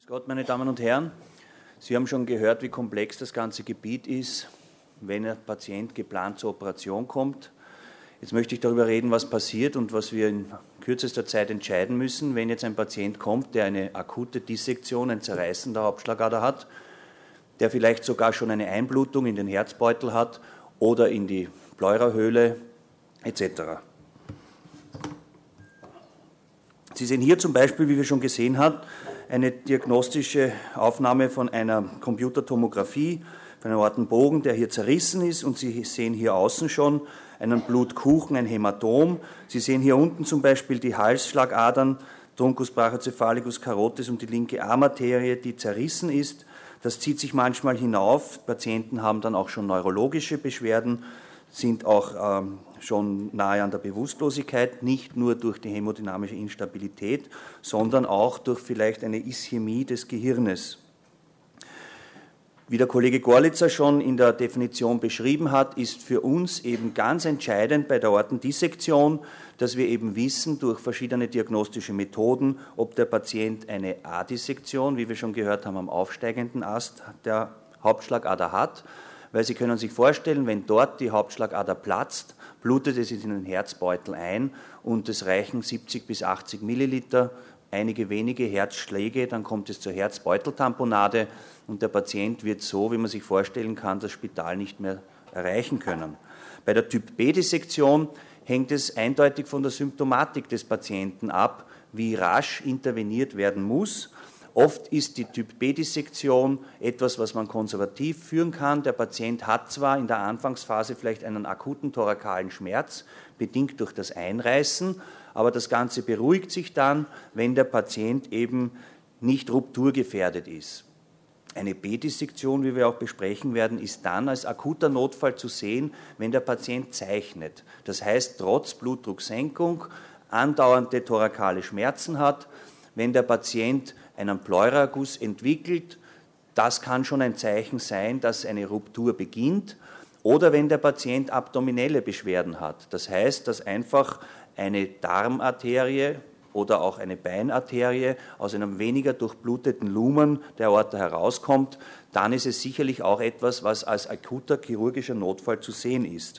Grüß Gott, meine Damen und Herren. Sie haben schon gehört, wie komplex das ganze Gebiet ist, wenn ein Patient geplant zur Operation kommt. Jetzt möchte ich darüber reden, was passiert und was wir in kürzester Zeit entscheiden müssen, wenn jetzt ein Patient kommt, der eine akute Dissektion, ein Zerreißen der Hauptschlagader hat, der vielleicht sogar schon eine Einblutung in den Herzbeutel hat oder in die Pleurahöhle etc. Sie sehen hier zum Beispiel, wie wir schon gesehen haben, eine diagnostische Aufnahme von einer Computertomographie, von einem Aortenbogen, der hier zerrissen ist, und Sie sehen hier außen schon einen Blutkuchen, ein Hämatom. Sie sehen hier unten zum Beispiel die Halsschlagadern, Truncus brachiocephalicus carotis und die linke Armarterie, die zerrissen ist. Das zieht sich manchmal hinauf. Patienten haben dann auch schon neurologische Beschwerden, sind auch schon nahe an der Bewusstlosigkeit, nicht nur durch die hämodynamische Instabilität, sondern auch durch vielleicht eine Ischämie des Gehirnes. Wie der Kollege Gorlitzer schon in der Definition beschrieben hat, ist für uns eben ganz entscheidend bei der Aortendissektion, dass wir eben wissen durch verschiedene diagnostische Methoden, ob der Patient eine A-Dissektion, wie wir schon gehört haben, am aufsteigenden Ast der Hauptschlagader hat. Weil Sie können sich vorstellen, wenn dort die Hauptschlagader platzt, blutet es in den Herzbeutel ein und es reichen 70 bis 80 Milliliter, einige wenige Herzschläge, dann kommt es zur Herzbeuteltamponade und der Patient wird so, wie man sich vorstellen kann, das Spital nicht mehr erreichen können. Bei der Typ-B-Dissektion hängt es eindeutig von der Symptomatik des Patienten ab, wie rasch interveniert werden muss. Oft ist die Typ-B-Dissektion etwas, was man konservativ führen kann. Der Patient hat zwar in der Anfangsphase vielleicht einen akuten thorakalen Schmerz, bedingt durch das Einreißen, aber das Ganze beruhigt sich dann, wenn der Patient eben nicht rupturgefährdet ist. Eine B-Dissektion, wie wir auch besprechen werden, ist dann als akuter Notfall zu sehen, wenn der Patient zeichnet. Das heißt, trotz Blutdrucksenkung andauernde thorakale Schmerzen hat, wenn der Patient einen Pleuraerguss entwickelt, das kann schon ein Zeichen sein, dass eine Ruptur beginnt, oder wenn der Patient abdominelle Beschwerden hat. Das heißt, dass einfach eine Darmarterie oder auch eine Beinarterie aus einem weniger durchbluteten Lumen der Aorta herauskommt, dann ist es sicherlich auch etwas, was als akuter chirurgischer Notfall zu sehen ist.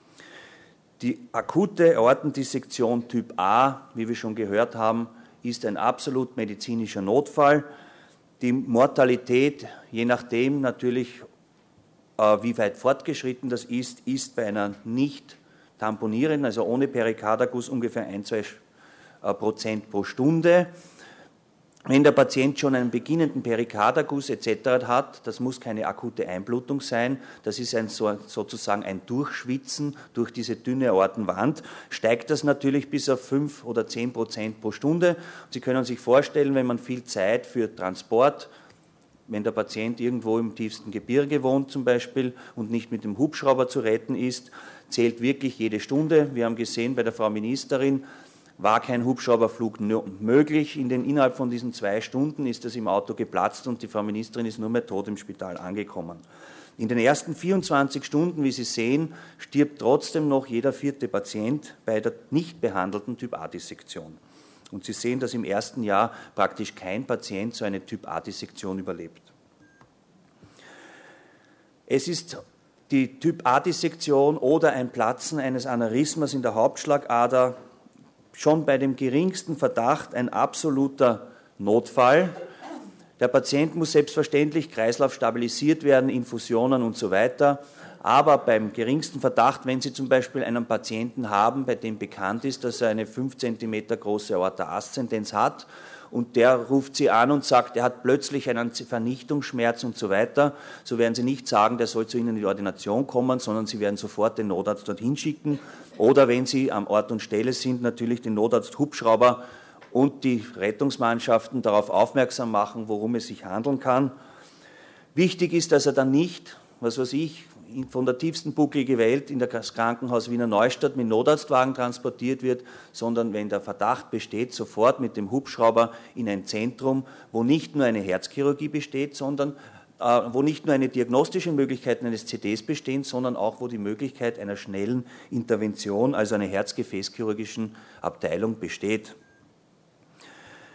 Die akute Aortendissektion Typ A, wie wir schon gehört haben, ist ein absolut medizinischer Notfall. Die Mortalität, je nachdem natürlich, wie weit fortgeschritten das ist bei einer nicht tamponierenden, also ohne Perikarderguss, ungefähr 1-2% pro Stunde. Wenn der Patient schon einen beginnenden Perikarderguss etc. hat, das muss keine akute Einblutung sein, das ist sozusagen ein Durchschwitzen durch diese dünne Aortenwand, steigt das natürlich bis auf 5 oder 10% pro Stunde. Sie können sich vorstellen, wenn man viel Zeit für Transport, wenn der Patient irgendwo im tiefsten Gebirge wohnt zum Beispiel und nicht mit dem Hubschrauber zu retten ist, zählt wirklich jede Stunde. Wir haben gesehen bei der Frau Ministerin, war kein Hubschrauberflug möglich. Innerhalb von diesen 2 Stunden ist das im Auto geplatzt und die Frau Ministerin ist nur mehr tot im Spital angekommen. In den ersten 24 Stunden, wie Sie sehen, stirbt trotzdem noch jeder 4. Patient bei der nicht behandelten Typ-A-Dissektion. Und Sie sehen, dass im ersten Jahr praktisch kein Patient so eine Typ-A-Dissektion überlebt. Es ist die Typ-A-Dissektion oder ein Platzen eines Aneurysmas in der Hauptschlagader schon bei dem geringsten Verdacht ein absoluter Notfall. Der Patient muss selbstverständlich Kreislauf stabilisiert werden, Infusionen und so weiter. Aber beim geringsten Verdacht, wenn Sie zum Beispiel einen Patienten haben, bei dem bekannt ist, dass er eine 5 cm große Aorta-Aszendenz hat und der ruft Sie an und sagt, er hat plötzlich einen Vernichtungsschmerz und so weiter, so werden Sie nicht sagen, der soll zu Ihnen in die Ordination kommen, sondern Sie werden sofort den Notarzt dorthin schicken. Oder wenn Sie am Ort und Stelle sind, natürlich den Notarzt, Hubschrauber und die Rettungsmannschaften darauf aufmerksam machen, worum es sich handeln kann. Wichtig ist, dass er dann nicht, was weiß ich, von der tiefsten bucklige Welt in das Krankenhaus Wiener Neustadt mit Notarztwagen transportiert wird, sondern wenn der Verdacht besteht, sofort mit dem Hubschrauber in ein Zentrum, wo nicht nur eine Herzchirurgie besteht, sondern wo nicht nur eine diagnostische Möglichkeit eines CTs bestehen, sondern auch wo die Möglichkeit einer schnellen Intervention, also einer herzgefäßchirurgischen Abteilung besteht.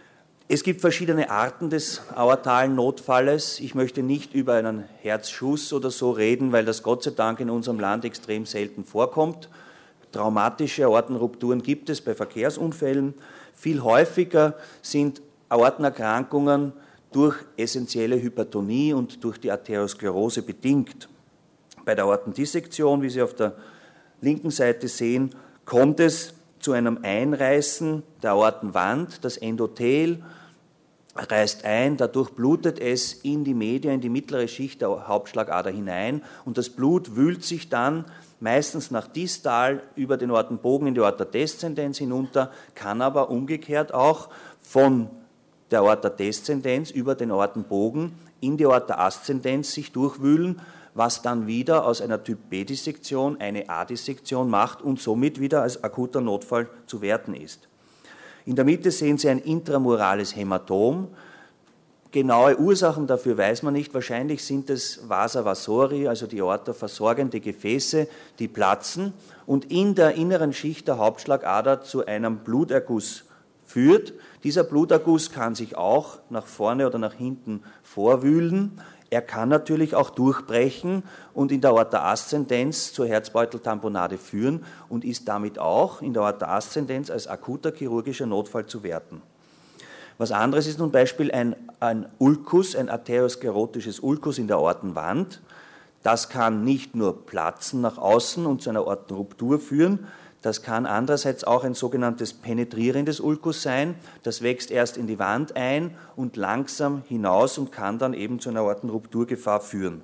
Es gibt verschiedene Arten des aortalen Notfalles. Ich möchte nicht über einen Herzschuss oder so reden, weil das Gott sei Dank in unserem Land extrem selten vorkommt. Traumatische Aortenrupturen gibt es bei Verkehrsunfällen. Viel häufiger sind Aortenerkrankungen durch essentielle Hypertonie und durch die Arteriosklerose bedingt. Bei der Aortendissektion, wie Sie auf der linken Seite sehen, kommt es zu einem Einreißen der Aortenwand. Das Endothel reißt ein, dadurch blutet es in die Media, in die mittlere Schicht der Hauptschlagader hinein und das Blut wühlt sich dann meistens nach distal über den Aortenbogen in die Aorta descendens hinunter, kann aber umgekehrt auch von der Aorta descendens über den Aortenbogen in die Aorta ascendens sich durchwühlen, was dann wieder aus einer Typ-B-Dissektion eine A-Dissektion macht und somit wieder als akuter Notfall zu werten ist. In der Mitte sehen Sie ein intramurales Hämatom. Genaue Ursachen dafür weiß man nicht. Wahrscheinlich sind es Vasa vasori, also die Aorta versorgende Gefäße, die platzen und in der inneren Schicht der Hauptschlagader zu einem Bluterguss führt. Dieser Bluterguss kann sich auch nach vorne oder nach hinten vorwühlen. Er kann natürlich auch durchbrechen und in der Aorta ascendens zur Herzbeuteltamponade führen und ist damit auch in der Aorta ascendens als akuter chirurgischer Notfall zu werten. Was anderes ist zum Beispiel ein Ulkus, ein arteriosklerotisches Ulkus in der Aortenwand. Das kann nicht nur platzen nach außen und zu einer Aortenruptur führen, das kann andererseits auch ein sogenanntes penetrierendes Ulkus sein. Das wächst erst in die Wand ein und langsam hinaus und kann dann eben zu einer Aortenrupturgefahr führen.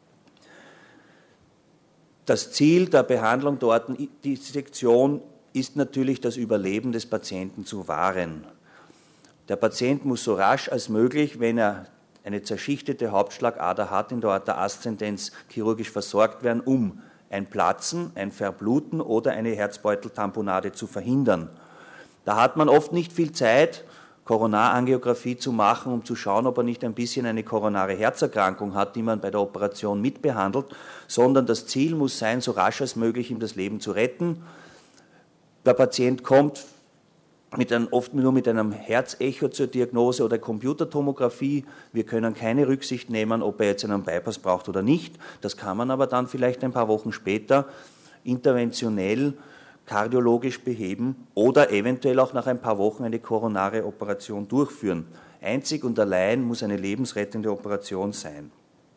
Das Ziel der Behandlung der Aortendissektion ist natürlich, das Überleben des Patienten zu wahren. Der Patient muss so rasch als möglich, wenn er eine zerschichtete Hauptschlagader hat, in der Aorta ascendens chirurgisch versorgt werden, um ein Platzen, ein Verbluten oder eine Herzbeuteltamponade zu verhindern. Da hat man oft nicht viel Zeit, Koronarangiographie zu machen, um zu schauen, ob er nicht ein bisschen eine koronare Herzerkrankung hat, die man bei der Operation mitbehandelt, sondern das Ziel muss sein, so rasch als möglich ihm das Leben zu retten. Der Patient kommt oft nur mit einem Herzecho zur Diagnose oder Computertomographie. Wir können keine Rücksicht nehmen, ob er jetzt einen Bypass braucht oder nicht. Das kann man aber dann vielleicht ein paar Wochen später interventionell, kardiologisch beheben oder eventuell auch nach ein paar Wochen eine koronare Operation durchführen. Einzig und allein muss eine lebensrettende Operation sein.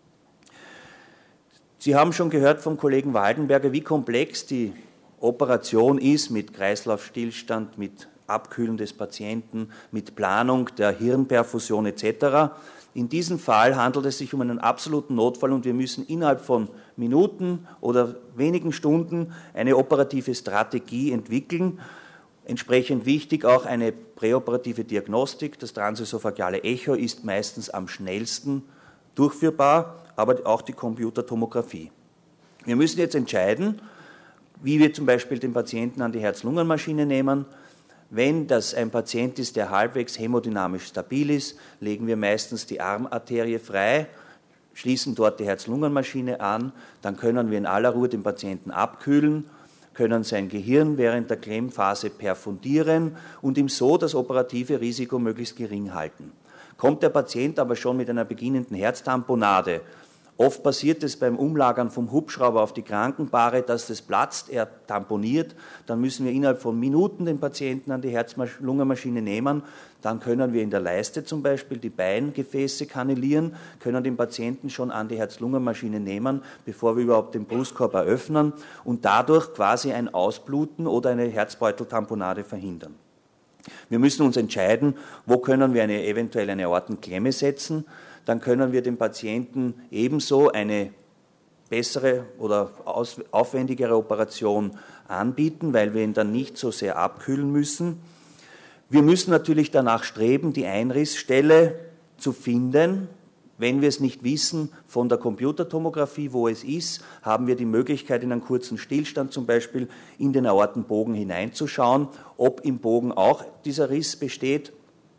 Sie haben schon gehört vom Kollegen Waldenberger, wie komplex die Operation ist mit Kreislaufstillstand, mit Abkühlen des Patienten, mit Planung der Hirnperfusion etc. In diesem Fall handelt es sich um einen absoluten Notfall und wir müssen innerhalb von Minuten oder wenigen Stunden eine operative Strategie entwickeln. Entsprechend wichtig auch eine präoperative Diagnostik. Das transesophageale Echo ist meistens am schnellsten durchführbar, aber auch die Computertomographie. Wir müssen jetzt entscheiden, wie wir zum Beispiel den Patienten an die Herz-Lungen-Maschine nehmen. Wenn das ein Patient ist, der halbwegs hämodynamisch stabil ist, legen wir meistens die Armarterie frei, schließen dort die Herz-Lungen-Maschine an, dann können wir in aller Ruhe den Patienten abkühlen, können sein Gehirn während der Klemmphase perfundieren und ihm so das operative Risiko möglichst gering halten. Kommt der Patient aber schon mit einer beginnenden Herztamponade, oft passiert es beim Umlagern vom Hubschrauber auf die Krankenbahre, dass das platzt, er tamponiert, dann müssen wir innerhalb von Minuten den Patienten an die Herz-Lungen-Maschine nehmen, dann können wir in der Leiste zum Beispiel die Beingefäße kanalieren, können den Patienten schon an die Herz-Lungen-Maschine nehmen, bevor wir überhaupt den Brustkorb eröffnen und dadurch quasi ein Ausbluten oder eine Herzbeuteltamponade verhindern. Wir müssen uns entscheiden, wo können wir eventuell eine Aortenklemme setzen. Dann können wir dem Patienten ebenso eine bessere oder aufwendigere Operation anbieten, weil wir ihn dann nicht so sehr abkühlen müssen. Wir müssen natürlich danach streben, die Einrissstelle zu finden. Wenn wir es nicht wissen von der Computertomographie, wo es ist, haben wir die Möglichkeit, in einen kurzen Stillstand zum Beispiel in den Aortenbogen hineinzuschauen, ob im Bogen auch dieser Riss besteht.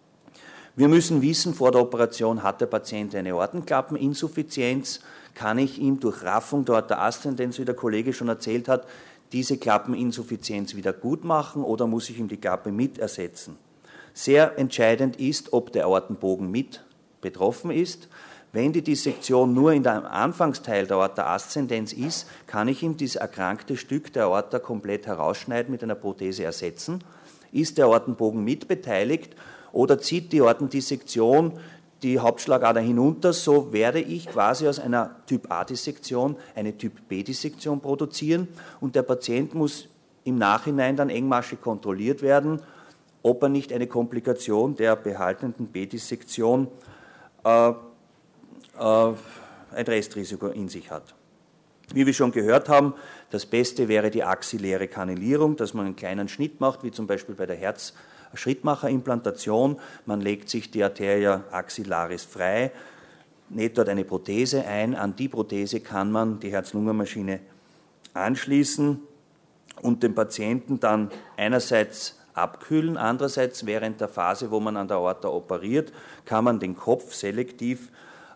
Wir müssen wissen, vor der Operation hat der Patient eine Aortenklappeninsuffizienz, kann ich ihm durch Raffung der Aorta ascendens, wie der Kollege schon erzählt hat, diese Klappeninsuffizienz wieder gut machen oder muss ich ihm die Klappe mit ersetzen? Sehr entscheidend ist, ob der Aortenbogen mit betroffen ist. Wenn die Dissektion nur in dem Anfangsteil der Aorta ascendens ist, kann ich ihm dieses erkrankte Stück der Aorta komplett herausschneiden, mit einer Prothese ersetzen. Ist der Aortenbogen mitbeteiligt oder zieht die Aortendissektion die Hauptschlagader hinunter, so werde ich quasi aus einer Typ-A-Dissektion eine Typ-B-Dissektion produzieren und der Patient muss im Nachhinein dann engmaschig kontrolliert werden, ob er nicht eine Komplikation der behaltenen B-Dissektion ein Restrisiko in sich hat. Wie wir schon gehört haben, das Beste wäre die axilläre Kannulierung, dass man einen kleinen Schnitt macht, wie zum Beispiel bei der Herzschrittmacherimplantation. Man legt sich die Arteria axillaris frei, näht dort eine Prothese ein. An die Prothese kann man die Herz-Lungen-Maschine anschließen und den Patienten dann einerseits abkühlen, andererseits während der Phase, wo man an der Aorta operiert, kann man den Kopf selektiv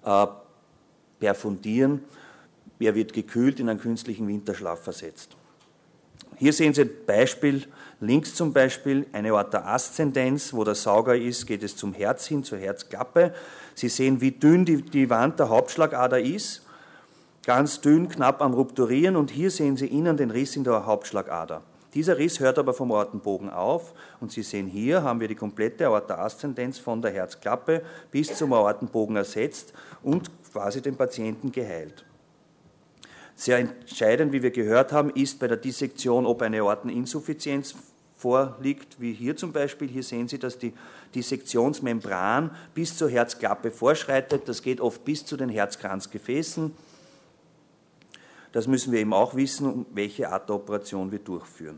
perfundieren. Er wird gekühlt, in einen künstlichen Winterschlaf versetzt. Hier sehen Sie ein Beispiel, links zum Beispiel eine Aorta ascendens, wo der Sauger ist, geht es zum Herz hin, zur Herzklappe. Sie sehen, wie dünn die Wand der Hauptschlagader ist, ganz dünn, knapp am Rupturieren und hier sehen Sie innen den Riss in der Hauptschlagader. Dieser Riss hört aber vom Aortenbogen auf und Sie sehen, hier haben wir die komplette Aorta ascendens von der Herzklappe bis zum Aortenbogen ersetzt und quasi den Patienten geheilt. Sehr entscheidend, wie wir gehört haben, ist bei der Dissektion, ob eine Aorteninsuffizienz vorliegt, wie hier zum Beispiel. Hier sehen Sie, dass die Dissektionsmembran bis zur Herzklappe vorschreitet. Das geht oft bis zu den Herzkranzgefäßen. Das müssen wir eben auch wissen, welche Art der Operation wir durchführen.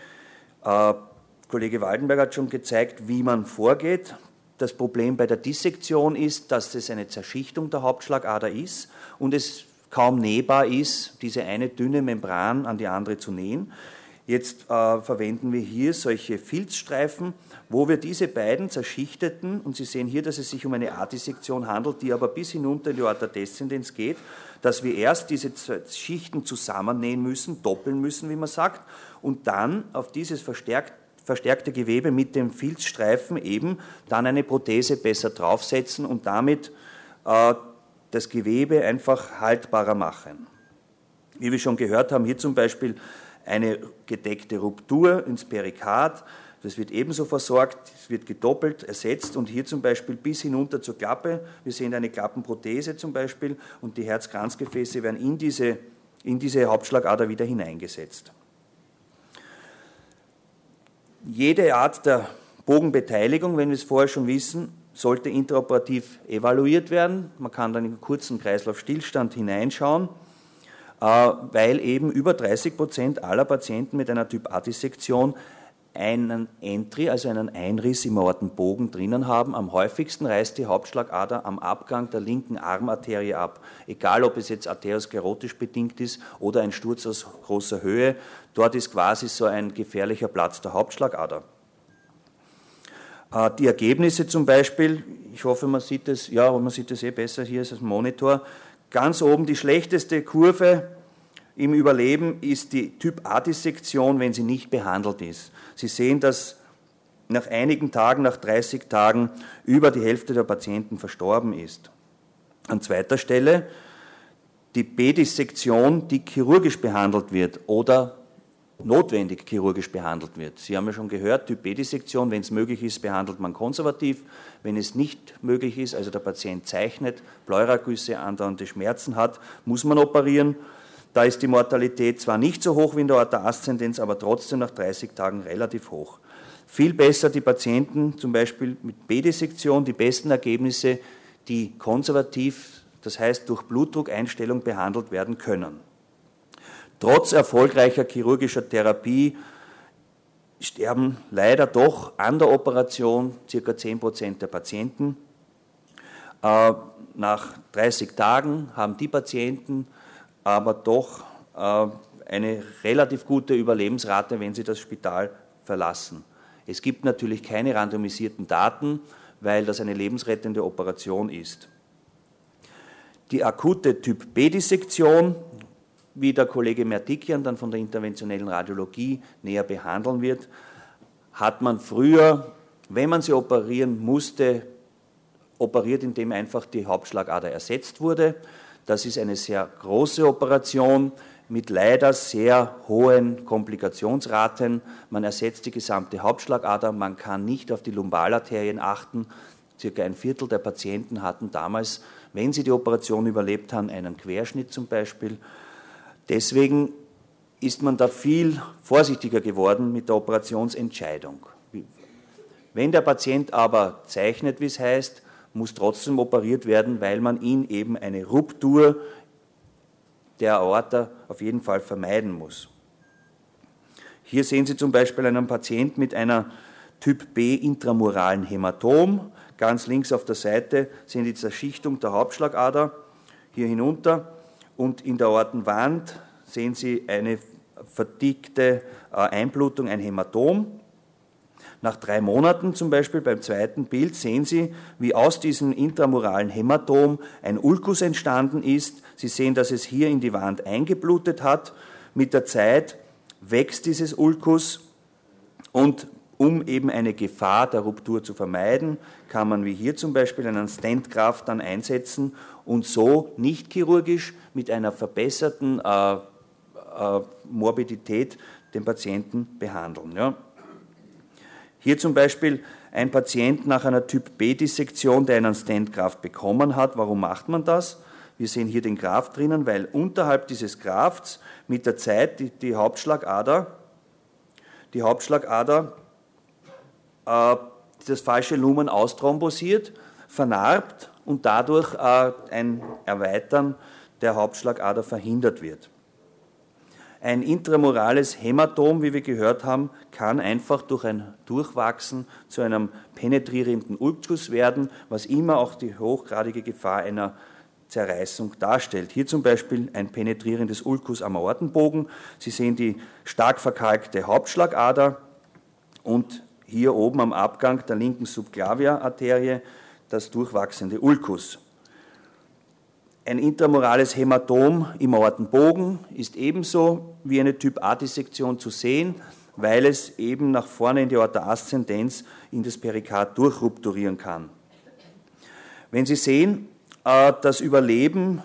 Kollege Waldenberg hat schon gezeigt, wie man vorgeht. Das Problem bei der Dissektion ist, dass es eine Zerschichtung der Hauptschlagader ist und es kaum nähbar ist, diese eine dünne Membran an die andere zu nähen. Jetzt verwenden wir hier solche Filzstreifen, wo wir diese beiden zerschichteten, und Sie sehen hier, dass es sich um eine A-Dissektion handelt, die aber bis hinunter in die Aorta descendens geht, dass wir erst diese Schichten zusammennähen müssen, doppeln müssen, wie man sagt, und dann auf dieses verstärkte Gewebe mit dem Filzstreifen eben dann eine Prothese besser draufsetzen und damit das Gewebe einfach haltbarer machen. Wie wir schon gehört haben, hier zum Beispiel eine gedeckte Ruptur ins Perikard, das wird ebenso versorgt, es wird gedoppelt, ersetzt und hier zum Beispiel bis hinunter zur Klappe. Wir sehen eine Klappenprothese zum Beispiel und die Herzkranzgefäße werden in diese Hauptschlagader wieder hineingesetzt. Jede Art der Bogenbeteiligung, wenn wir es vorher schon wissen, sollte intraoperativ evaluiert werden. Man kann dann in einen kurzen Kreislaufstillstand hineinschauen, weil eben über 30% aller Patienten mit einer Typ-A-Dissektion einen Entry, also einen Einriss im Aortenbogen drinnen haben. Am häufigsten reißt die Hauptschlagader am Abgang der linken Armarterie ab. Egal, ob es jetzt arteriosklerotisch bedingt ist oder ein Sturz aus großer Höhe, dort ist quasi so ein gefährlicher Platz der Hauptschlagader. Die Ergebnisse zum Beispiel, ich hoffe, man sieht es, ja, man sieht es besser hier als Monitor. Ganz oben die schlechteste Kurve im Überleben ist die Typ-A-Dissektion, wenn sie nicht behandelt ist. Sie sehen, dass nach einigen Tagen, nach 30 Tagen, über die Hälfte der Patienten verstorben ist. An zweiter Stelle die B-Dissektion, die chirurgisch behandelt wird oder notwendig chirurgisch behandelt wird. Sie haben ja schon gehört, Typ-B-Dissektion, wenn es möglich ist, behandelt man konservativ. Wenn es nicht möglich ist, also der Patient zeichnet, Pleuragüsse, andauernde Schmerzen hat, muss man operieren. Da ist die Mortalität zwar nicht so hoch wie in der Aorta ascendens, aber trotzdem nach 30 Tagen relativ hoch. Viel besser die Patienten, zum Beispiel mit B-Dissektion, die besten Ergebnisse, die konservativ, das heißt durch Blutdruckeinstellung behandelt werden können. Trotz erfolgreicher chirurgischer Therapie sterben leider doch an der Operation ca. 10% der Patienten. Nach 30 Tagen haben die Patienten aber doch eine relativ gute Überlebensrate, wenn sie das Spital verlassen. Es gibt natürlich keine randomisierten Daten, weil das eine lebensrettende Operation ist. Die akute Typ-B-Dissektion, wie der Kollege Mertikian dann von der interventionellen Radiologie näher behandeln wird, hat man früher wenn man sie operieren musste, operiert, indem einfach die Hauptschlagader ersetzt wurde. Das ist eine sehr große Operation mit leider sehr hohen Komplikationsraten. Man ersetzt die gesamte Hauptschlagader, man kann nicht auf die Lumbalarterien achten. Circa ein Viertel der Patienten hatten damals, wenn sie die Operation überlebt haben, einen Querschnitt zum Beispiel. Deswegen ist man da viel vorsichtiger geworden mit der Operationsentscheidung. Wenn der Patient aber zeichnet, wie es heißt, muss trotzdem operiert werden, weil man ihn eben eine Ruptur der Aorta auf jeden Fall vermeiden muss. Hier sehen Sie zum Beispiel einen Patienten mit einer Typ B intramuralen Hämatom. Ganz links auf der Seite sehen Sie die Zerschichtung der Hauptschlagader hier hinunter und in der Aortenwand sehen Sie eine verdickte Einblutung, ein Hämatom. Nach 3 Monaten zum Beispiel beim zweiten Bild sehen Sie, wie aus diesem intramuralen Hämatom ein Ulkus entstanden ist. Sie sehen, dass es hier in die Wand eingeblutet hat. Mit der Zeit wächst dieses Ulkus und um eben eine Gefahr der Ruptur zu vermeiden, kann man wie hier zum Beispiel einen Stentgraft dann einsetzen und so nicht chirurgisch mit einer verbesserten Morbidität den Patienten behandeln. Ja. Hier zum Beispiel ein Patient nach einer Typ-B-Dissektion, der einen Stentgraft bekommen hat. Warum macht man das? Wir sehen hier den Graft drinnen, weil unterhalb dieses Grafts mit der Zeit die Hauptschlagader das falsche Lumen austhrombosiert, vernarbt und dadurch ein Erweitern der Hauptschlagader verhindert wird. Ein intramurales Hämatom, wie wir gehört haben, kann einfach durch ein Durchwachsen zu einem penetrierenden Ulkus werden, was immer auch die hochgradige Gefahr einer Zerreißung darstellt. Hier zum Beispiel ein penetrierendes Ulkus am Aortenbogen. Sie sehen die stark verkalkte Hauptschlagader und hier oben am Abgang der linken Subclavia-Arterie das durchwachsende Ulkus. Ein intramurales Hämatom im Aortenbogen ist ebenso wie eine Typ-A-Dissektion zu sehen, weil es eben nach vorne in die Aorta ascendens in das Perikard durchrupturieren kann. Wenn Sie sehen, das Überleben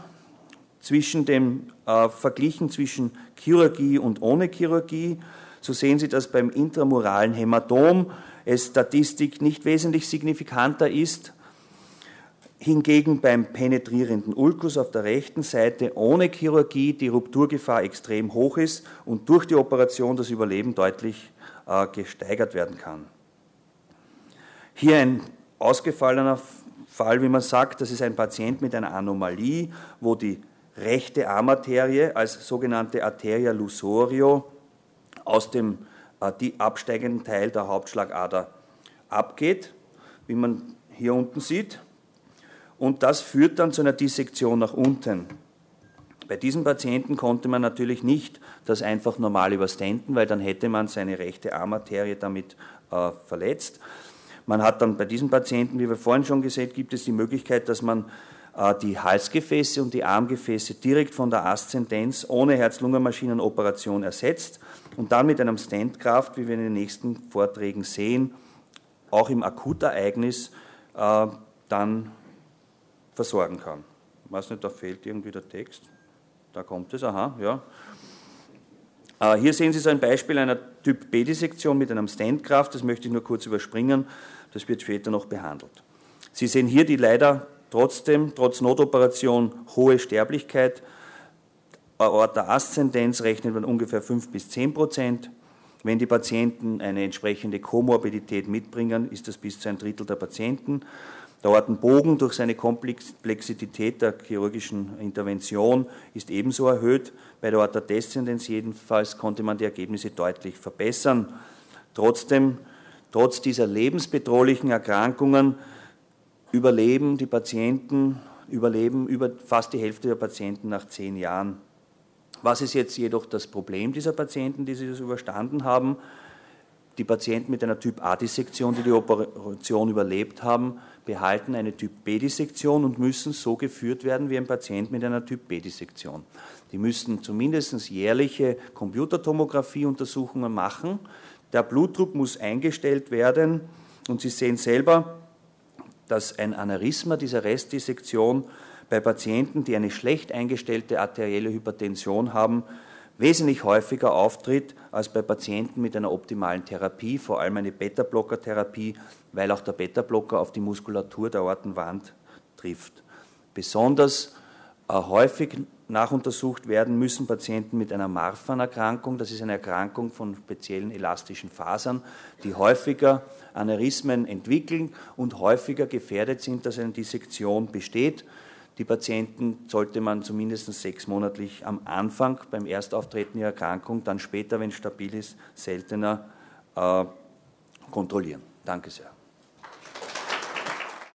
verglichen zwischen Chirurgie und ohne Chirurgie, so sehen Sie, dass beim intramuralen Hämatom es statistisch nicht wesentlich signifikanter ist, hingegen beim penetrierenden Ulkus auf der rechten Seite ohne Chirurgie die Rupturgefahr extrem hoch ist und durch die Operation das Überleben deutlich gesteigert werden kann. Hier ein ausgefallener Fall, wie man sagt, das ist ein Patient mit einer Anomalie, wo die rechte Armarterie als sogenannte Arteria lusorio aus dem absteigenden Teil der Hauptschlagader abgeht, wie man hier unten sieht. Und das führt dann zu einer Dissektion nach unten. Bei diesem Patienten konnte man natürlich nicht das einfach normal überstenten, weil dann hätte man seine rechte Armarterie damit verletzt. Man hat dann bei diesem Patienten, wie wir vorhin schon gesehen, gibt es die Möglichkeit, dass man die Halsgefäße und die Armgefäße direkt von der Aszendenz ohne Herz-Lungen-Maschinen-Operation ersetzt und dann mit einem Stentgraft, wie wir in den nächsten Vorträgen sehen, auch im Akutereignis dann versorgen kann. Ich weiß nicht, da fehlt irgendwie der Text. Da kommt es, aha, ja. Hier sehen Sie so ein Beispiel einer Typ-B-Dissektion mit einem Stentgraft, das möchte ich nur kurz überspringen, das wird später noch behandelt. Sie sehen hier die leider trotz Notoperation hohe Sterblichkeit. Aorta ascendens rechnet man ungefähr 5-10%. Wenn die Patienten eine entsprechende Komorbidität mitbringen, ist das bis zu 1/3 der Patienten. Der Aortenbogen durch seine Komplexität der chirurgischen Intervention ist ebenso erhöht. Bei der Aorta descendens jedenfalls konnte man die Ergebnisse deutlich verbessern. Trotzdem, trotz dieser lebensbedrohlichen Erkrankungen überleben fast die Hälfte der Patienten nach 10 Jahren. Was ist jetzt jedoch das Problem dieser Patienten, die sie das überstanden haben? Die Patienten mit einer Typ-A-Dissektion, die die Operation überlebt haben, behalten eine Typ-B-Dissektion und müssen so geführt werden wie ein Patient mit einer Typ-B-Dissektion. Die müssen zumindest jährliche Computertomographie-Untersuchungen machen. Der Blutdruck muss eingestellt werden Und Sie sehen selber, dass ein Aneurysma dieser Restdissektion bei Patienten, die eine schlecht eingestellte arterielle Hypertension haben, wesentlich häufiger auftritt als bei Patienten mit einer optimalen Therapie, vor allem eine Beta-Blocker-Therapie, weil auch der Beta-Blocker auf die Muskulatur der Aortenwand trifft. Besonders häufig nachuntersucht werden müssen Patienten mit einer Marfan-Erkrankung. Das ist eine Erkrankung von speziellen elastischen Fasern, die häufiger Aneurysmen entwickeln und häufiger gefährdet sind, dass eine Dissektion besteht. Die Patienten sollte man zumindest 6-monatlich am Anfang beim Erstauftreten ihrer Erkrankung, dann später, wenn es stabil ist, seltener kontrollieren. Danke sehr.